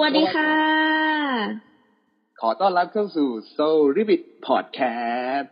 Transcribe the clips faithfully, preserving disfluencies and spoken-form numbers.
วัสดีค่ะขอต้อนรับเข้าสู่ Soul Ribbit Podcast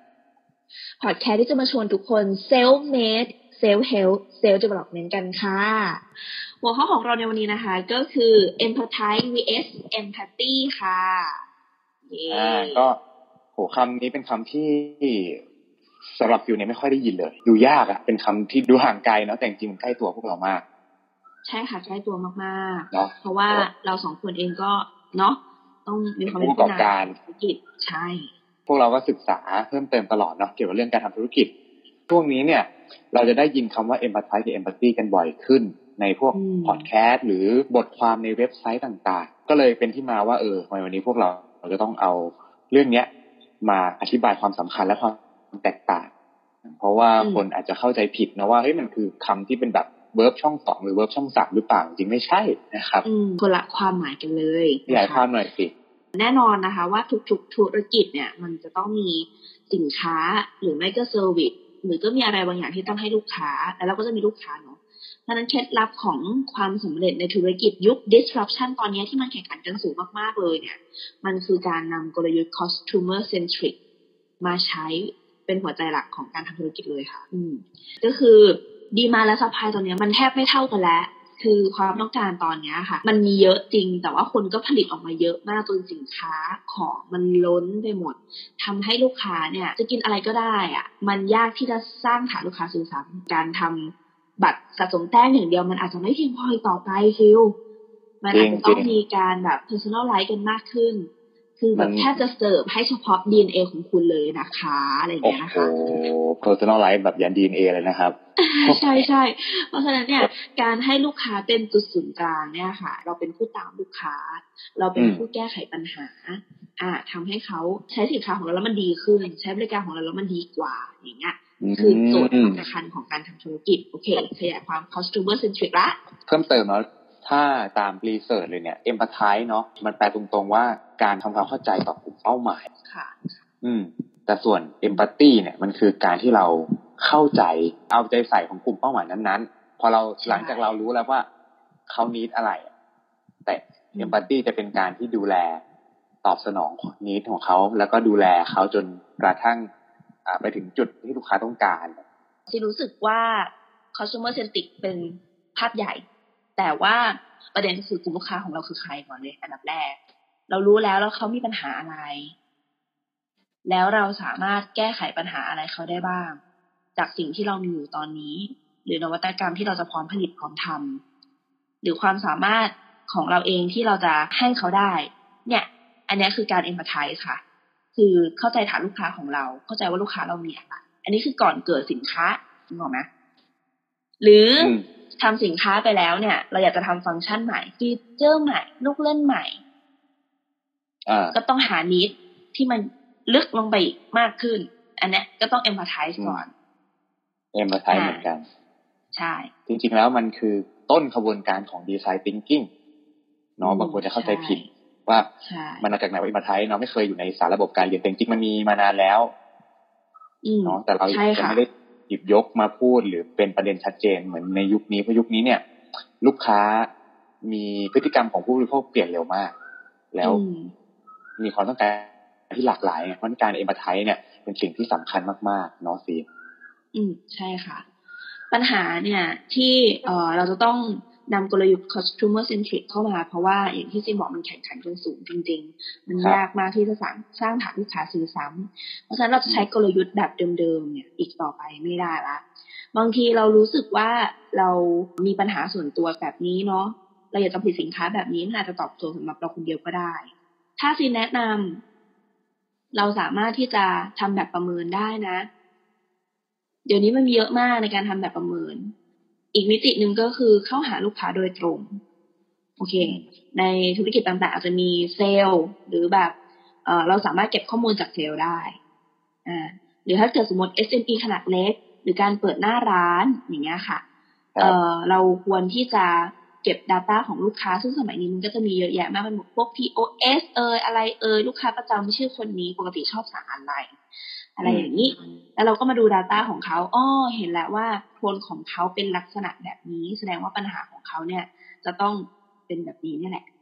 Podcast ที่จะมาชวนทุกคน Self Made Self Help Self Development กันค่ะหัวข้อของเราในวันนี้นะคะก็คือ Empathize วี เอส Empathy ค่ะอ่าก็โหคำนี้เป็นคำที่สำหรับฟิวเนี่ยไม่ค่อยได้ยินเลยดูยากอ่ะเป็นคำที่ดูห่างไกลเนาะแต่จริงๆมันใกล้ตัวพวกเรามากใช่ค่ะใกล้ตัวมากๆเนาะเพราะว่าเราสองคนเองก็เนาะต้องมีความเป็นผู้ประกอบการธุรกิจใช่พวกเราก็ศึกษาเพิ่มเติมตลอดเนาะเกี่ยวกับเรื่องการทำธุรกิจช่วงนี้เนี่ยเราจะได้ยินคำว่า empathize กับ empathy กันบ่อยขึ้นในพวกพอดแคสต์หรือบทความในเว็บไซต์ต่างๆก็เลยเป็นที่มาว่าเออวันนี้พวกเราเราจะต้องเอาเรื่องนี้มาอธิบายความสำคัญและความแตกต่างเพราะว่าคนอาจจะเข้าใจผิดนะว่าเฮ้ยมันคือคำที่เป็นแบบเวิร์บช่องสองหรือเวิร์บช่องสามหรือเปล่าจริงไม่ใช่นะครับคนละความหมายกันเลยขยายความหน่อยสิแน่นอนนะคะว่าทุกๆธุรกิจเนี่ยมันจะต้องมีสินค้าหรือไม่ก็เซอร์วิสหรือก็มีอะไรบางอย่างที่ต้องให้ลูกค้าแล้วเราก็จะมีลูกค้าเนาะเพราะนั้นเคล็ดลับของความสำเร็จในธุรกิจยุค disruption ตอนนี้ที่มันแข่งขันกันสูงมากๆเลยเนี่ยมันคือการนำกลยุทธ์ customer centric มาใช้เป็นหัวใจหลักของการทำธุรกิจเลยค่ะอืมก็คือดีมาและซัพพลายตอนนี้มันแทบไม่เท่ากันแล้วคือความต้องการตอนนี้ค่ะมันมีเยอะจริงแต่ว่าคนก็ผลิตออกมาเยอะมากจนสินค้าของมันล้นไปหมดทำให้ลูกค้าเนี่ยจะกินอะไรก็ได้อะมันยากที่จะสร้างฐานลูกค้าซื้อซ้ำการทำบัตรสะสมแต้มอย่างเดียวมันอาจจะไม่เพียงพออีกต่อไปคิวมันอาจจะต้องมีการแบบ personalize กันมากขึ้นคือแบบแทบจะเสิร์ฟให้เฉพาะ ดี เอ็น เอ ของคุณเลยนะคะอะไรอย่างเงี้ยนะคะโอ้โห personalize แบบยัน ดี เอ็น เอ เลยนะครับใช่ใช่เพราะฉะนั้นเนี่ยการให้ลูกค้าเป็นจุดศูนย์กลางเนี่ยค่ะเราเป็นผู้ตามลูกค้าเราเป็นผู้แก้ไขปัญหาอ่าทำให้เขาใช้สินค้าของเราแล้วมันดีขึ้นใช้บริการของเราแล้วมันดีกว่าอย่างเงี้ยคือโจทย์สำคัญของการทำธุรกิจโอเคขยายความ customer centric ละเพิ่มเติมเนาะถ้าตามรีเสิร์ชเลยเนี่ย empathize เนาะมันแปลตรงๆว่าการทำความเข้าใจต่อกลุ่มเป้าหมายค่ะอืมแต่ส่วน empathy เนี่ยมันคือการที่เราเข้าใจเอาใจใส่ของกลุ่มเป้าหมายนั้นๆพอเราหลังจากเรารู้แล้วว่าเขา need อะไรแต่ empathy จะเป็นการที่ดูแลตอบสนอง need ของเขาแล้วก็ดูแลเขาจนกระทั่งอ่าไปถึงจุดที่ลูกค้าต้องการที่รู้สึกว่า customer centric เป็นภาพใหญ่แต่ว่าประเด็นคือกลุ่มลูกค้าของเราคือใครก่อนเลยอันดับแรกเรารู้แล้วแล้วเขามีปัญหาอะไรแล้วเราสามารถแก้ไขปัญหาอะไรเขาได้บ้างจากสิ่งที่เรามีอยู่ตอนนี้หรือนวัตกรรมที่เราจะพร้อมผลิตพร้อมทำหรือความสามารถของเราเองที่เราจะให้เขาได้เนี่ยอันนี้คือการ empathize ค่ะคือเข้าใจฐานลูกค้าของเราเข้าใจว่าลูกค้าเรามีอะไรอันนี้คือก่อนเกิดสินค้าถูกไหมหรือทำสินค้าไปแล้วเนี่ยเราอยากจะทำฟังก์ชันใหม่ฟีเจอร์ใหม่ลูกเล่นใหม่ก็ต้องหา need ที่มันลึกลงไปอีกมากขึ้นอันนี้ก็ต้อง empathize ก่อน empathize เหมือนกันใช่จริงๆแล้วมันคือต้นขบวนการของ design thinking เนาะบางคนจะเข้าใจผิดว่ามันมาจากไหนว่า empathize เนาะไม่เคยอยู่ในสารระบบการเรียนแต่จริงๆมันมีมานานแล้วเนาะแต่เรายังไม่ได้หยิบยกมาพูดหรือเป็นประเด็นชัดเจนเหมือนในยุคนี้เพราะยุคนี้เนี่ยลูกค้ามีพฤติกรรมของผู้บริโภคเปลี่ยนเร็วมากแล้วมีความต้องการที่หลากหลายเพราะการ empathize เนี่ยเป็นสิ่งที่สำคัญมากๆเนาะซีอืมใช่ค่ะปัญหาเนี่ยที่เอ่อเราจะต้องนำกลยุทธ์ customer centric เข้ามาเพราะว่าอย่างที่ซิมบอกมันแข่งขันกันสูงจริงๆมันยากมากที่จะสร้างสร้างฐานลูกค้าซื้อซ้ำเพราะฉะนั้นเราจะใช้กลยุทธ์แบบเดิมๆเนี่ยอีกต่อไปไม่ได้ละบางทีเรารู้สึกว่าเรามีปัญหาส่วนตัวแบบนี้เนาะเราอยากจะผลิตสินค้าแบบนี้มันอาจจะตอบโจทย์สำหรับเราคนเดียวก็ได้ถ้าซินแนะนำเราสามารถที่จะทำแบบประเมินได้นะเดี๋ยวนี้มันมีเยอะมากในการทำแบบประเมินอีกมิติหนึ่งก็คือเข้าหาลูกค้าโดยตรงโอเคในธุรกิจต่างๆอาจจะมีเซลล์หรือแบบเอ่อเราสามารถเก็บข้อมูลจากเซลล์ได้อ่าหรือถ้าเกิดสมมติ เอส เอ็ม อี ขนาดเล็กหรือการเปิดหน้าร้านอย่างเงี้ยค่ะเอ่อเราควรที่จะเก็บ data ของลูกค้าซึ่งสมัยนี้มันก็จะมีเยอะแยะมากเป็นพวก พี โอ เอส เอ่ยอะไรเอ่ยลูกค้าประจำชื่อคนนี้ปกติชอบสั่งอะไรอะไรอย่างนี้แล้วเราก็มาดู data ของเขาอ้อเห็นแล้วว่าโทนของเขาเป็นลักษณะแบบนี้แสดงว่าปัญหาของเขาเนี่ยจะต้องเป็นแบบนี้นี่แหละ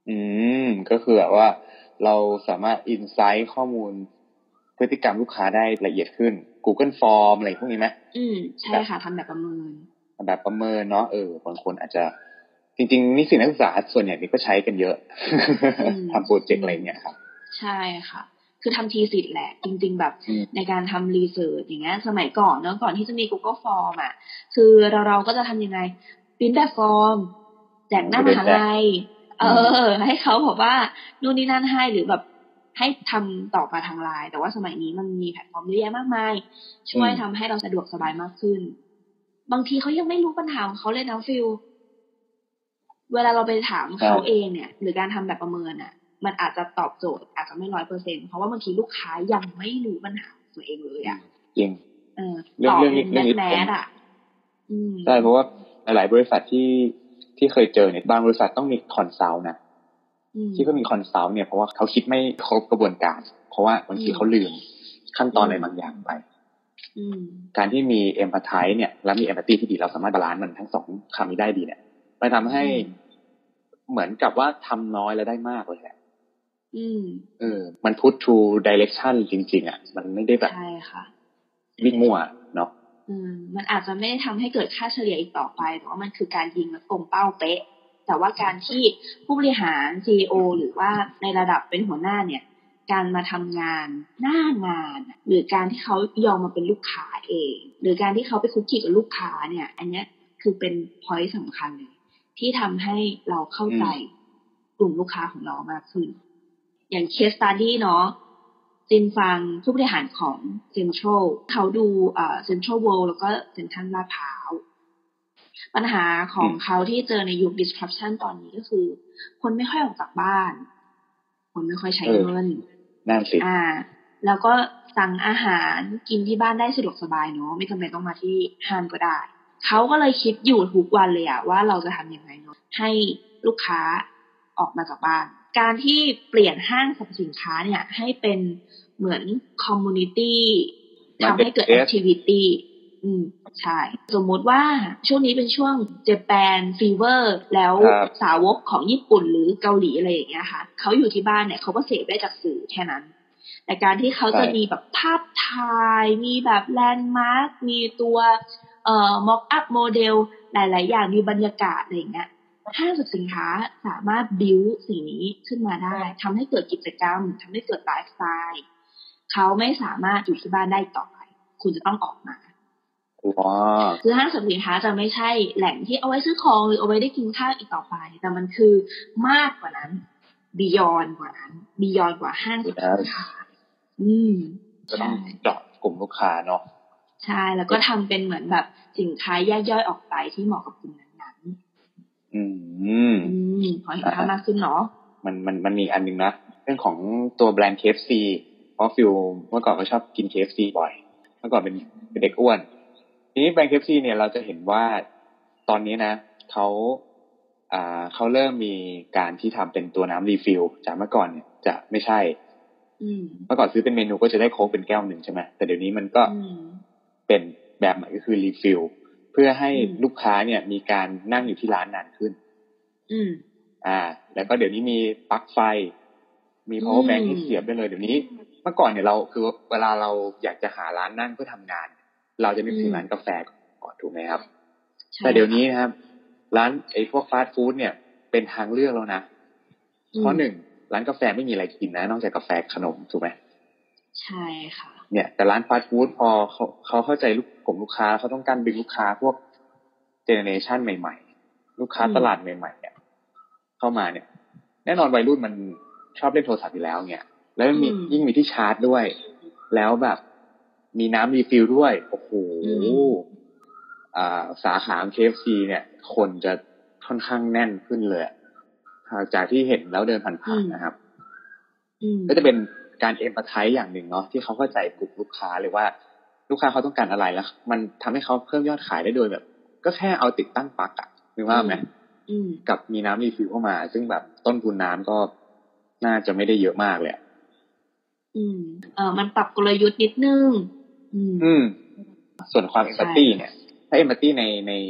อืมก็คือแบบว่าเราสามารถอินไซต์ข้อมูลพฤติกรรมลูกค้าได้ละเอียดขึ้น Google Form อะไรพวกนี้ไหมอืมใช่ค่ะทำแบบประเมินแบบประเมินเนาะเออบางคนอาจจะจริงๆนิสิตนักศึกษาส่วนใหญ่นี่ก็ใช้กันเยอะ ทำโปรเจกต์อะไรเงี้ยครับใช่ค่ะคือทำทีสิทธ์แหละจริงๆแบบในการทำรีเสิร์ชอย่างเงี้ยสมัยก่อนเนอะก่อนที่จะมี Google Form อ่ะคือเราเราก็จะทำยังไงพิมพ์แบบฟอร์มแจกหน้ามหาลัยเออให้เขาบอกว่านู่นนี่นั่นให้หรือแบบให้ทำต่อมาทางไลน์แต่ว่าสมัยนี้มันมีแพลตฟอร์มเยอะแยะมากมายช่วยทำให้เราสะดวกสบายมากขึ้นบางทีเขายังไม่รู้ปัญหาของเขาเลยนะฟิลเวลาเราไปถามเขาเองเนี่ยหรือการทำแบบประเมินอ่ะมันอาจจะตอบโจทย์อาจจะไม่ร้อยเปอร์เซ็นต์เพราะว่าบางทีลูกค้ายังไม่รู้ปัญหาตัวเองเลยอ่ะจริงเออตอบเป็นแมสแมสอ่ะใช่เพราะว่าหลายบริษัทที่ที่เคยเจอเนี่ยบางบริษัทต้องมีคอนซัลท์นะที่ก็มีคอนซัลท์เนี่ยเพราะว่าเขาคิดไม่ครบกระบวนการเพราะว่าบางทีเขาลืมขั้นตอนอะไรบางอย่างไปการที่มีเอมพัตไทเนี่ยและมีเอมพัตตี้ที่ดีเราสามารถบาลานซ์มันทั้งสองคำนี้ได้ดีเนี่ยมันทำให้เหมือนกับว่าทำน้อยแล้วได้มากเลยแหละเออมันพุททูดิเรกชันจริงๆอ่ะมันไม่ได้แบบใช่ค่ะวิ่งมั่วเนาะอืมมันอาจจะไม่ได้ทำให้เกิดค่าเฉลี่ยอีกต่อไปแต่ว่ามันคือการยิงและตรงเป้าเป๊ะแต่ว่าการที่ผู้บริหาร ซี อี โอ หรือว่าในระดับเป็นหัวหน้าเนี่ยการมาทำงานหน้างานหรือการที่เขายอมมาเป็นลูกค้าเองหรือการที่เขาไปคุกคีกับลูกค้าเนี่ยอันนี้คือเป็น point สำคัญเลยที่ทำให้เราเข้าใจกลุ่มลูกค้าของเรามากขึ้นอย่าง case study เนาะจินฟังผู้บริหารของ Central เขาดูเอ่อ Central World แล้วก็ Central ลาดพร้าวปัญหาของเขาที่เจอในยุค disruption ตอนนี้ก็คือคนไม่ค่อยออกจากบ้านคนไม่ค่อยใช้เงินนั่นสิอ่าแล้วก็สั่งอาหารกินที่บ้านได้สะดวกสบายเนาะไม่จำเป็นต้องมาที่ห้างก็ได้เขาก็เลยคิดอยู่ทุกวันเลยอะว่าเราจะทำยังไงเนาะให้ลูกค้าออกมาจากบ้านการที่เปลี่ยนห้างสรรพสินค้าเนี่ยให้เป็นเหมือนคอมมูนิตี้ทำให้เกิดแอคทิวิตี้อืมใช่สมมุติว่าช่วงนี้เป็นช่วงเจแปนฟีเวอร์แล้วสาวกของญี่ปุ่นหรือเกาหลีอะไรอย่างเงี้ยค่ะเขาอยู่ที่บ้านเนี่ยเขาก็เสพได้จากสื่อแค่นั้นแต่การที่เขาจะมีแบบภาพถ่ายมีแบบแลนด์มาร์คมีตัวเอ่อม็อกอัพโมเดลหลายๆอย่างมีบรรยากาศอะไรอย่างเงี้ยห้างสรรพสินค้าสามารถบิวสิ่งนี้ขึ้นมาได้ทำให้เกิดกิจกรรมทำให้เกิดไลฟ์สไตล์เขาไม่สามารถอยู่ที่บ้านได้ต่อไปคุณจะต้องออกมาคือห้างสรรพสินค้าจะไม่ใช่แหล่งที่เอาไว้ซื้อของหรือเอาไว้ได้กินข้าวอีกต่อไปแต่มันคือมากกว่านั้น beyond กว่านั้น beyond กว่าห้างสรรพสินค้าอืมจะต้องเจาะกลุ่มลูกค้าเนาะใช่แล้วก็ทำเป็นเหมือนแบบสินค้าแยกย่อยออกไปที่เหมาะกับกลุ่มนั้นๆอืมอืมพอเห็นภาพมากขึ้นเนาะมันมันมันมีอันนึงนะเรื่องของตัวแบรนด์ เค เอฟ ซี เพราะฟิลเมื่อก่อนก็ชอบกิน เค เอฟ ซี บ่อยเมื่อก่อนเป็นเป็นเด็กอ้วนทีนี้แบรนด์ เค เอฟ ซี เนี่ยเราจะเห็นว่าตอนนี้นะเขาอ่าเขาเริ่มมีการที่ทำเป็นตัวน้ำรีฟิลจากเมื่อก่อนเนี่ยจะไม่ใช่เมื่อก่อนซื้อเป็นเมนูก็จะได้โค้กเป็นแก้วหนึ่งใช่ไหมแต่เดี๋ยวนี้มันก็เป็นแบบใหม่ก็คือรีฟิลเพื่อให้ลูกค้าเนี่ยมีการนั่งอยู่ที่ร้านนานขึ้นอ่าแล้วก็เดี๋ยวนี้มีปลั๊กไฟมี power bank ให้เสียบได้เลยเดี๋ยวนี้เมื่อก่อนเนี่ยเราคือเวลาเราอยากจะหาร้านนั่งเพื่อทำงานเราจะนึกถึงร้านกาแฟก่อนถูกไหมครับแต่เดี๋ยวนี้นะครับร้านไอ้พวกฟาสต์ฟู้ดเนี่ยเป็นทางเลือกแล้วนะเพราะหนึ่งร้านกาแฟไม่มีอะไรกินนะนอกจากกาแฟขนมถูกไหมใช่ค่ะเนี่ยแต่ร้านฟาสต์ฟู้ดพอเขาเขาเข้าใจลูกกลุ่มลูกค้าเขาต้องการดึงลูกค้าพวกเจเนเรชันใหม่ๆลูกค้าตลาดใหม่ๆเนี่ยเข้ามาเนี่ยแน่นอนวัยรุ่นมันชอบเล่นโทรศัพท์อยู่แล้วเนี่ยแล้วมียิ่งมีที่ชาร์จด้วยแล้วแบบมีน้ำรีฟิลด้วยโอ้โหอ่าสาขา เค เอฟ ซี เนี่ยคนจะค่อนข้างแน่นขึ้นเลยจากที่เห็นแล้วเดินผ่านๆนะครับก็จะเป็นการเอมพัตไทซ์อย่างหนึ่งเนาะที่เขาเข้าใจกลุ่มลูกค้าเลยว่าลูกค้าเขาต้องการอะไรแล้วมันทำให้เขาเพิ่มยอดขายได้โดยแบบก็แค่เอาติดตั้งปลั๊กอะนึกว่าไหมกับมีน้ำรีฟิลเข้ามาซึ่งแบบต้นทุนน้ำก็น่าจะไม่ได้เยอะมากเลยอืมเออมันปรับกลยุทธ์นิดนึงอืมส่วนความเอมพัตตี้เนี่ยถ้าเอมพัตตี้ในใน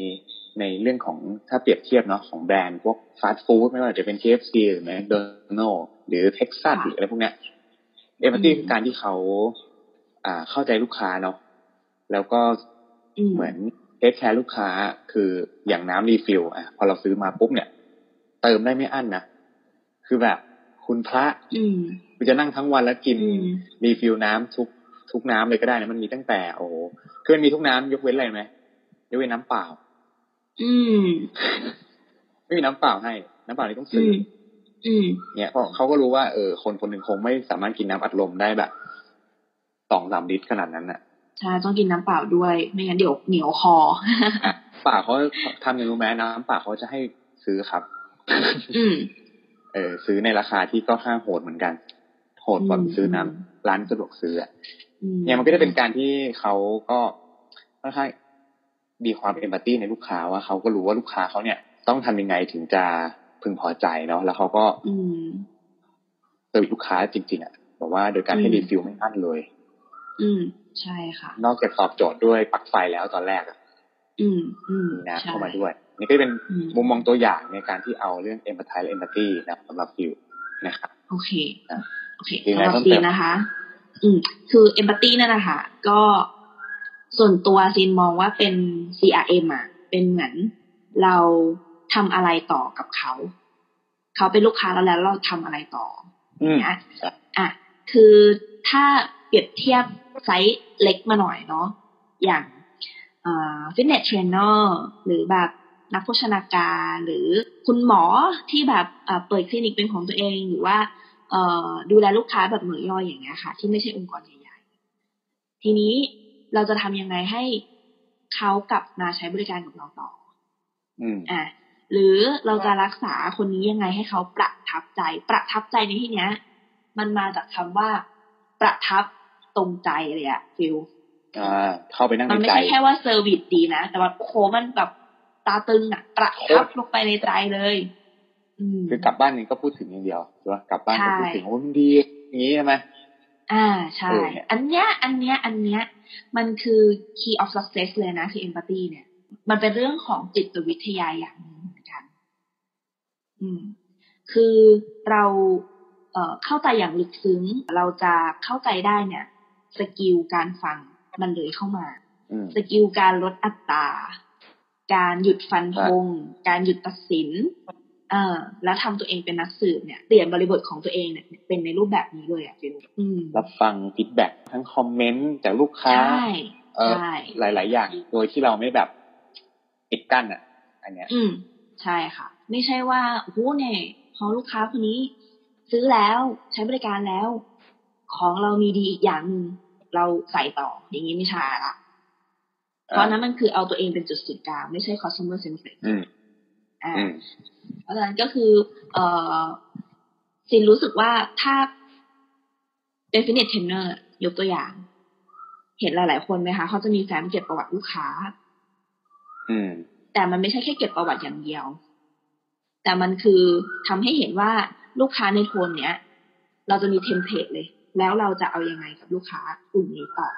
ในเรื่องของถ้าเปรียบเทียบเนาะของแบรนด์พวกฟาสต์ฟู้ดไม่ว่าจะเป็น เค เอฟ ซี หรือ McDonald's หรือ Texas หรืออะไรพวกเนี้ยเอมพัตตี้คือการที่เขาอ่าเข้าใจลูกค้าเนาะแล้วก็เหมือนเทคแคร์ลูกค้าคืออย่างน้ำรีฟิลอ่ะพอเราซื้อมาปุ๊บเนี่ยเติมได้ไม่อั้นนะคือแบบคุณพระคุณจะนั่งทั้งวันแล้วกินรีฟิลน้ำทุกทุกน้ำเลยก็ได้นะมันมีตั้งแต่โอ้โหคือมันมีทุกน้ำยกเว้นอะไรไหมยกเว้นน้ำเปล่าอืมไม่มีน้ำเปล่าให้น้ำเปล่านี่ต้องซื้ออืมเนี่ยเพราะเขาก็รู้ว่าเออคนคนหนึ่งคงไม่สามารถกินน้ำอัดลมได้แบบสองสามลิตรขนาดนั้นน่ะใช่ต้องกินน้ำเปล่าด้วยไม่งั้นเดี๋ยวเหนียวคอเปล่าเขาทำยังรู้ไหมน้ำเปล่าเขาจะให้ซื้อครับอืมเออซื้อในราคาที่ก็ค่าโหดเหมือนกันโหดกว่าซื้อน้ำร้านสะดวกซื้ออ่ะเนี่ยมันก็จะเป็นการที่เขาก็ค่อนข้างมีความเอมพัตตี้ในลูกค้าว่าเขาก็รู้ว่าลูกค้าเขาเนี่ยต้องทำยังไงถึงจะพึงพอใจเนาะแล้วเขาก็เซอร์วิสลูกค้าจริงๆอ่ะบอกว่าโดยการให้รีฟิลไม่อั้นเลยอืมใช่ค่ะนอกจากตอบโจทย์ด้วยปลั๊กไฟแล้วตอนแรกอ่ะอืมอืมนะเข้ามาด้วยนี่ก็เป็นมุมมองตัวอย่างในการที่เอาเรื่อง empathy และ empathy นะสำหรับฟิวนะครับโอเคโอเคสำหรับซีนนะคะอืมคือ empathy นั่นนะคะก็ส่วนตัวซีนมองว่าเป็น ซี อาร์ เอ็ม อ่ะเป็นเหมือนเราทำอะไรต่อกับเขาเขาเป็นลูกค้าแล้วแล้วเราทำอะไรต่อนะอ่ะคือถ้าเปรียบเทียบไซส์เล็กมาหน่อยเนาะอย่างฟิตเนสเทรนเนอร์หรือแบบนักโภชนาการหรือคุณหมอที่แบบเปิดคลินิกเป็นของตัวเองหรือว่าดูแลลูกค้าแบบหน่วยย่อยอย่างเงี้ยค่ะที่ไม่ใช่องค์กรใหญ่ๆทีนี้เราจะทำยังไงให้เขากลับมาใช้บริการกับเราต่ออ่ะหรือเราจะรักษาคนนี้ยังไงให้เขาประทับใจประทับใจในที่เนี้ยมันมาจากคำว่าประทับตรงใจเลยอะฟิลอ่าเข้าไปนั่งในใจมันไม่ใช่แค่ว่าเซอร์วิสดีนะแต่ว่าโอ้โหมันแบบตาตึงอะประทับลงไปในใจเลยคือกลับบ้านนี่ก็พูดถึงอย่างเดียวใช่ไหมกลับบ้านก็พูดถึงว่ามันดีอย่างนี้ใช่ไหมอ่าใช่อันเนี้ยอันเนี้ยอันเนี้ยมันคือ key of success เลยนะคือ empathy เนี่ยมันเป็นเรื่องของจิตวิทยาอย่างนึงเหมือนกันอืมคือเราเอ่อเข้าใจอย่างลึกซึ้งเราจะเข้าใจได้เนี่ยสกิลการฟังมันเลยเข้ามาสกิลการลดอัตราการหยุดฟันธงการหยุดตัดสินเอ่อแล้วทำตัวเองเป็นนักสืบเนี่ยเปลี่ยนบริบทของตัวเองเนี่ยเป็นในรูปแบบนี้เลยอ่ะฟิลรับฟังฟีดแบ็กทั้งคอมเมนต์จากลูกค้าเออหลายๆอย่างโดยที่เราไม่แบบปิดกั้นอ่ะอันเนี้ยอืมใช่ค่ะไม่ใช่ว่าโอ้โหเนี่ยพอลูกค้าคนนี้ซื้อแล้วใช้บริการแล้วของเรามีดีอีกอย่างนึงเราใส่ต่ออย่างนี้ไม่ใช่ละเพราะนั้นมันคือเอาตัวเองเป็นจุดศูนย์กลางไม่ใช่ customer centric อืมอ่าเพราะฉะนั้นก็คือเอ่อซินรู้สึกว่าถ้าเป็น fitness trainer ยกตัวอย่าง เห็นหลายๆคนไหมคะเขาจะมีแฟ้มเก็บประวัติลูกค้าอืมแต่มันไม่ใช่แค่เก็บประวัติอย่างเดียวแต่มันคือทำให้เห็นว่าลูกค้าในโทนเนี้ยเราจะมีเทมเพลตเลยแล้วเราจะเอายังไงกับลูกค้ากลุ่มนี้ต่อ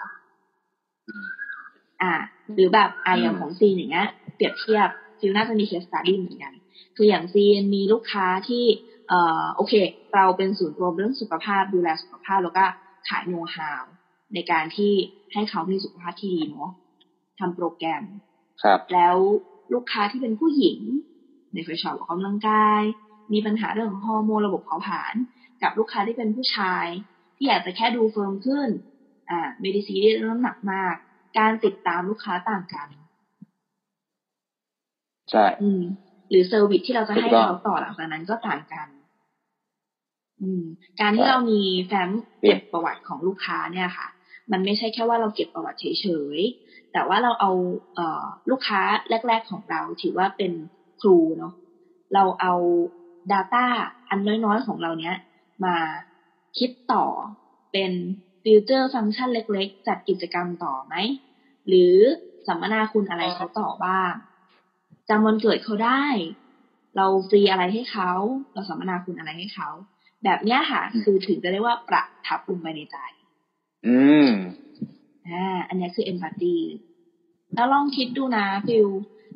อ่าหรือแบบไออย่างของซีนอย่างเงี้ยเปรียบเทียบซีน่าจะมีเคสสตัดดี้เหมือนกันคืออย่างซีนมีลูกค้าที่เอ่อโอเคเราเป็นศูนย์รวมเรื่องสุขภาพดูแลสุขภาพแล้วก็ขายโน้ตฮาวในการที่ให้เขามีสุขภาพที่ดีเนาะทำโปรแกรมครับแล้วลูกค้าที่เป็นผู้หญิงในเคยชอบออกกำลังกายมีปัญหาเรื่องฮอร์โมนระบบเผาผลาญกับลูกค้าที่เป็นผู้ชายที่อยากจะแค่ดูเฟิร์มขึ้นอ่าไม่ได้ซีเรียสเรื่องน้ำหนักมากการติดตามลูกค้าต่างกันใช่อืมหรือเซอร์วิสที่เราจะให้เขาต่อหลังจากนั้นก็ต่างกันอืมการที่เรามีแฟ้มเก็บประวัติของลูกค้าเนี่ยค่ะมันไม่ใช่แค่ว่าเราเก็บประวัติเฉยๆแต่ว่าเราเอาเอ่อลูกค้าแรกๆของเราถือว่าเป็นครูเนาะเราเอา data อันน้อยๆของเราเนี้ยมาคิดต่อเป็นฟิวเจอร์ฟังก์ชันเล็กๆจัดกิจกรรมต่อไหมหรือสัมมนาคุณอะไรเขาต่อบ้างจำวันเกิดเขาได้เราฟรีอะไรให้เขาเราสัมมนาคุณอะไรให้เขาแบบเนี้ยค่ะคือถึงจะเรียกว่าประทับลงไปในใจอืมอ่าอันนี้คือ empathy แล้วลองคิดดูนะฟิล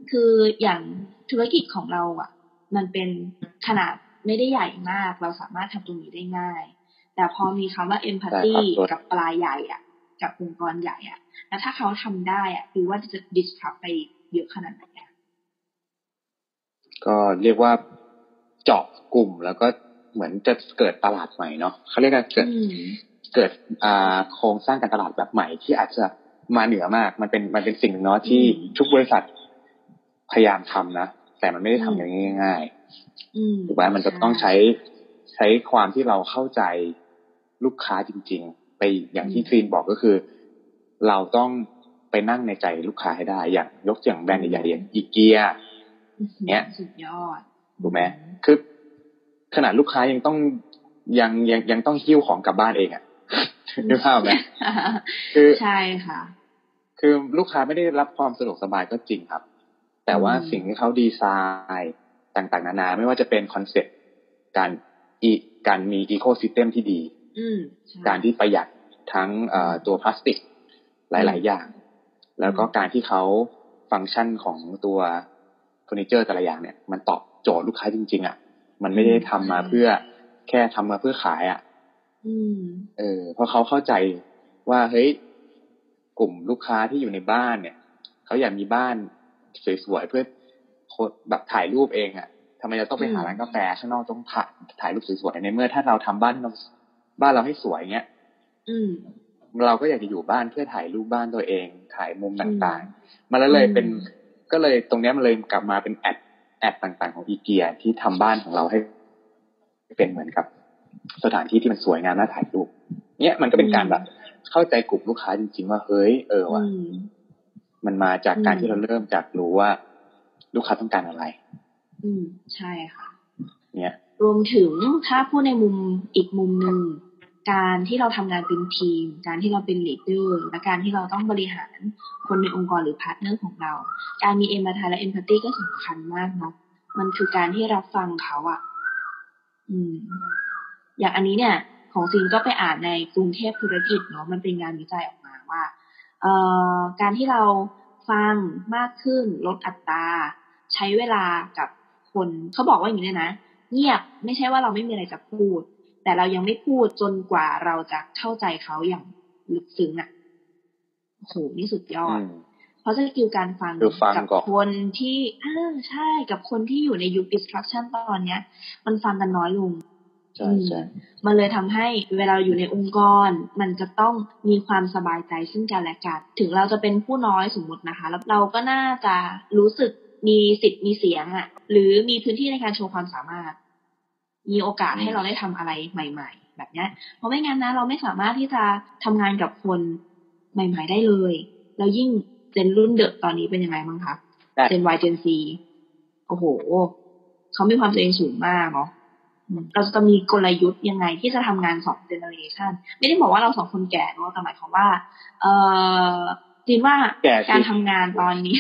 คืออย่างธุรกิจของเราอ่ะมันเป็นขนาดไม่ได้ใหญ่มากเราสามารถทำตรงนี้ได้ง่ายแต่พอมีคำว่า empathy กับปลายใหญ่อ่ะกับองค์กรใหญ่อ่ะแล้วถ้าเขาทำได้อ่ะคือว่าจะ disrupt ไปเยอะขนาดไหนอ่ะก็เรียกว่าเจาะกลุ่มแล้วก็เหมือนจะเกิดตลาดใหม่เนาะเขาเรียกว่าเกิดเกิดอ่าโครงสร้างการตลาดแบบใหม่ที่อาจจะมาเหนือมากมันเป็นมันเป็นสิ่งหนึ่งเนาะที่ทุกบริษัทพยายามทำนะแต่มันไม่ได้ทำอย่างง่ายๆถูกไหมมันจะต้องใช้ใช้ความที่เราเข้าใจลูกค้าจริงๆไปอย่างที่คลีนบอกก็คือเราต้องไปนั่งในใจลูกค้าให้ได้อย่างยกอย่างแบรนด์ใหญ่ๆอย่างอีเกียเนี้ยสุดยอดถูกไหมคือขนาดลูกค้ายังต้องยังยังยังต้องหิ้วของกลับบ้านเองอ่ะนึกภาพไหมคือใช่ค่ะคือลูกค้าไม่ได้รับความสะดวกสบายก็จริงครับแต่ว่าสิ่งที่เขาดีไซน์ต่างๆนานาไม่ว่าจะเป็นคอนเซ็ปต์การอีการมีอีโคซิสเต็มที่ดีการที่ประหยัดทั้งตัวพลาสติกหลายๆอย่างแล้วก็การที่เขาฟังก์ชันของตัวเฟอร์นิเจอร์แต่ละอย่างเนี่ยมันตอบโจทย์ลูกค้าจริงๆอ่ะมันไม่ได้ทำมาเพื่อแค่ทำมาเพื่อขายอ่ะเออเพราะเขาเข้าใจว่าเฮ้ยกลุ่มลูกค้าที่อยู่ในบ้านเนี่ยเขาอยากมีบ้านสวยๆเพื่อแบบถ่ายรูปเองอ่ะทำไมจะต้องไปหาร้านกาแฟข้างนอกต้องถ่ายถ่ายรูปสวยๆในเมื่อถ้าเราทำบ้านเราบ้านเราให้สวยเงี้ยเราก็อยากจะอยู่บ้านเพื่อถ่ายรูปบ้านตัวเองถ่ายมุมต่างๆมันเลยเป็นก็เลยตรงนี้มันเลยกลับมาเป็นแอดแอดต่างๆของอีเกียที่ทำบ้านของเราให้เป็นเหมือนกับสถานที่ที่มันสวยงามน่าถ่ายรูปเนี้ยมันก็เป็นการแบบเข้าใจกลุ่มลูกค้าจริงๆว่าเฮ้ยเออว่ะมันมาจากการที่เราเริ่มจากรู้ว่าลูกค้าต้องการอะไรอืมใช่ค่ะเนี้ยรวมถึงถ้าพูดในมุมอีกมุมนึงการที่เราทำงานเป็นทีมการที่เราเป็นลีดเดอร์และการที่เราต้องบริหารคนในองค์กรหรือพาร์ทเนอร์ของเราการมีเอมพัตตีและเอมพัตตีก็สำคัญมากเนาะมันคือการที่รับฟังเขาอ่ะอืมอย่างอันนี้เนี่ยของซีนก็ไปอ่านในกรุงเทพธุรกิจเนาะมันเป็นงานวิจัยออกมาว่าเอ่อการที่เราฟังมากขึ้นลดอัตราใช้เวลากับคนเขาบอกว่าอย่างนี้เลยนะเงียบไม่ใช่ว่าเราไม่มีอะไรจะพูดแต่เรายังไม่พูดจนกว่าเราจะเข้าใจเขาอย่างลึกซึ้งอ่ะโอ้โหนี่สุดยอดเพราะสกิลการฟังกับคนที่อ่าใช่กับคนที่อยู่ในยุค disruption ตอนเนี้ยมันฟังกันน้อยลงใช่ใช่มันเลยทำให้เวลาอยู่ในองค์กรมันจะต้องมีความสบายใจซึ่งกันและกันถึงเราจะเป็นผู้น้อยสมมตินะคะแล้วเราก็น่าจะรู้สึกมีสิทธิ์มีเสียงอ่ะหรือมีพื้นที่ในการโชว์ความสามารถมีโอกาสให้เราได้ทำอะไรใหม่ๆแบบนี้เพราะไม่งั้นนะเราไม่สามารถที่จะทำงานกับคนใหม่ๆได้เลยแล้วยิ่งเจนรุ่นเด็กตอนนี้เป็นยังไงบ้างคะเจน Y เจน C โอ้โหเขามีความตัวเองสูงมากเนาะเราจะมีกลยุทธ์ยังไงที่จะทำงานสองเจเนอเรชันไม่ได้บอกว่าเราสองคนแก่เนาะแต่หมายความว่าเอ่อจริงว่าการทำงานตอนนี้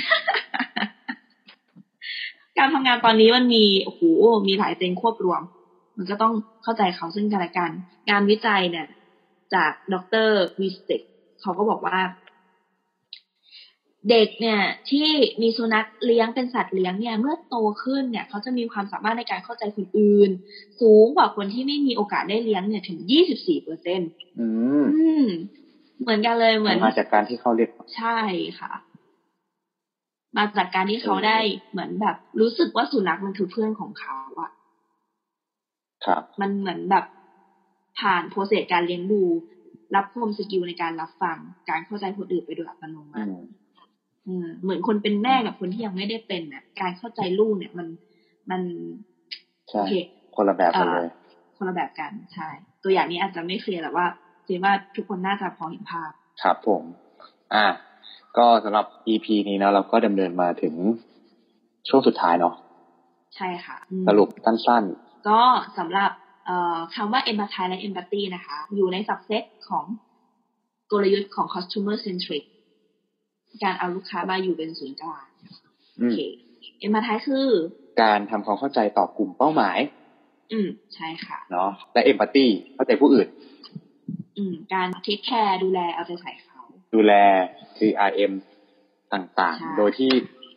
การทำงานตอนนี้มันมีโอ้โหมีหลายเจนควบรวมมันก็ต้องเข้าใจเขาซึ่งกันและกันงานวิจัยเนี่ยจากดร.วิสเต็กเขาก็บอกว่าเด็กเนี่ยที่มีสุนัขเลี้ยงเป็นสัตว์เลี้ยงเนี่ยเมื่อโตขึ้นเนี่ยเขาจะมีความสามารถในการเข้าใจคนอื่นสูงกว่าคนที่ไม่มีโอกาสได้เลี้ยงเนี่ยถึง ยี่สิบสี่เปอร์เซ็นต์ อืมเหมือนกันเลยเหมือนมาจากการที่เขาเรียนใช่ค่ะมาจากการที่เขาได้เหมือนแบบรู้สึกว่าสุนัขมันคือเพื่อนของเขาอ่ะครับมันเหมือนแบบผ่านโปรเซสการเลี้ยงดูรับคมสกิลในการรับฟังการเข้าใจคนอื่นไปโดยอัตโนมัติเหมือนคนเป็นแม่กับคนที่ยังไม่ได้เป็นน่ะการเข้าใจลูกเนี่ยมันมันโอเคคนละแบบกันเลยคนละแบบกันใช่ตัวอย่างนี้อาจจะไม่เคลียร์แต่ว่าเจว่าทุกคนน่าจะพอเห็นภาพครับผมอ่าก็สำหรับ อี พี นี้นะเราก็ดำเนินมาถึงช่วงสุดท้ายเนาะใช่ค่ะสรุปสั้นๆก็สำหรับคำว่า empathy และ empathy นะคะอยู่ใน subset ของกลยุทธ์ของ customer centric การเอาลูกค้ามาอยู่เป็นศูนย์กลางโอเค empathy คือการทำความเข้าใจต่อกลุ่มเป้าหมายอืมใช่ค่ะเนาะและ empathy เข้าใจผู้อื่นอืมการ take care ดูแลเอาใจใส่เขาดูแล ซี อาร์ เอ็ม ต่างๆโดยที่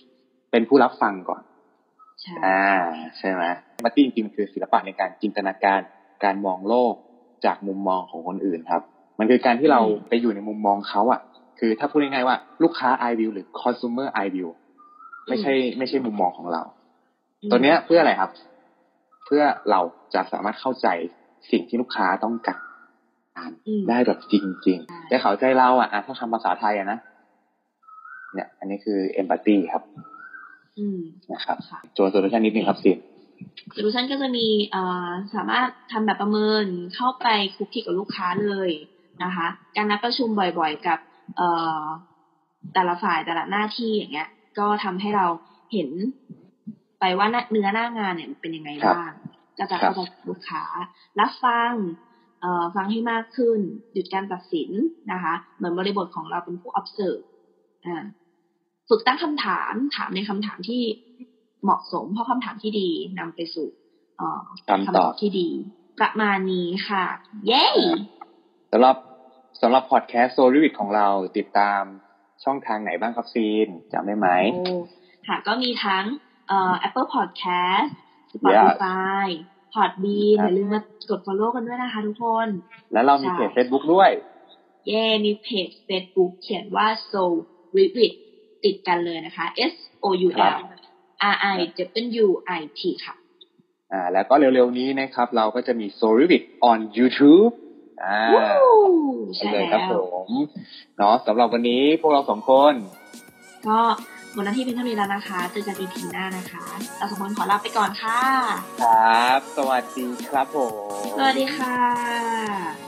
เป็นผู้รับฟังก่อนใช่อ่าใช่ไหมเอมพัตตี้จริงๆคือศิลปะในการจินตนาการการมองโลกจากมุมมองของคนอื่นครับมันคือการที่เราไปอยู่ในมุมมองเขาอ่ะคือถ้าพูดง่ายๆว่าลูกค้า eye view หรือ consumer eye view ไม่ใช่ไม่ใช่มุมมองของเราตัวเนี้ยเพื่ออะไรครับเพื่อเราจะสามารถเข้าใจสิ่งที่ลูกค้าต้องการได้แบบจริงๆแต่เข้าใจเราอ่ะถ้าคำภาษาไทยอ่ะนะเนี่ยอันนี้คือ empathy ครับนะครับโจทย์โซลูชันนิดนึงครับสิโซลูชันก็จะมีสามารถทำแบบประเมินเข้าไปคุกคีกับลูกค้าเลยนะคะการนัดประชุมบ่อยๆกับแต่ละฝ่ายแต่ละหน้าที่อย่างเงี้ยก็ทำให้เราเห็นไปว่าเนื้อหน้างานเนี่ยเป็นยังไงบ้างก็จะเข้าใจลูกค้ารับฟังฟังให้มากขึ้นหยุดการตัดสินนะคะเหมือนบริบทของเราเป็นผู้ observe ฝึกตั้งคำถามถามในคำถามที่เหมาะสมเพราะคำถามที่ดีนำไปสู่คำตอบที่ดีประมาณนี้ค่ะเย้สำหรับสำหรับพอดแคสต์ Solivit ของเราติดตามช่องทางไหนบ้างครับซีนจำได้ไหมค่ะก็มีทั้งเอ่อ Apple Podcast Spotify Podbean อย่าลืมมากด follow กันด้วยนะคะทุกคนแล้วเรามีเพจ Facebook ด้วยเย้มีเพจ Facebook เขียนว่า Solivit ติดกันเลยนะคะ S O U L R I W I T ค่ะอ่าแล้วก็เร็วๆนี้นะครับเราก็จะมี Solivit on YouTube อ่าใช่เลยครับผมเนาะสำหรับวันนี้พวกเราสองคนก็หมดหน้าที่เป็นเท่านี้แล้วนะคะเจอกัน อี พี หน้านะคะเราสองคนขอลาไปก่อนค่ะครับสวัสดีครับผมสวัสดีค่ะ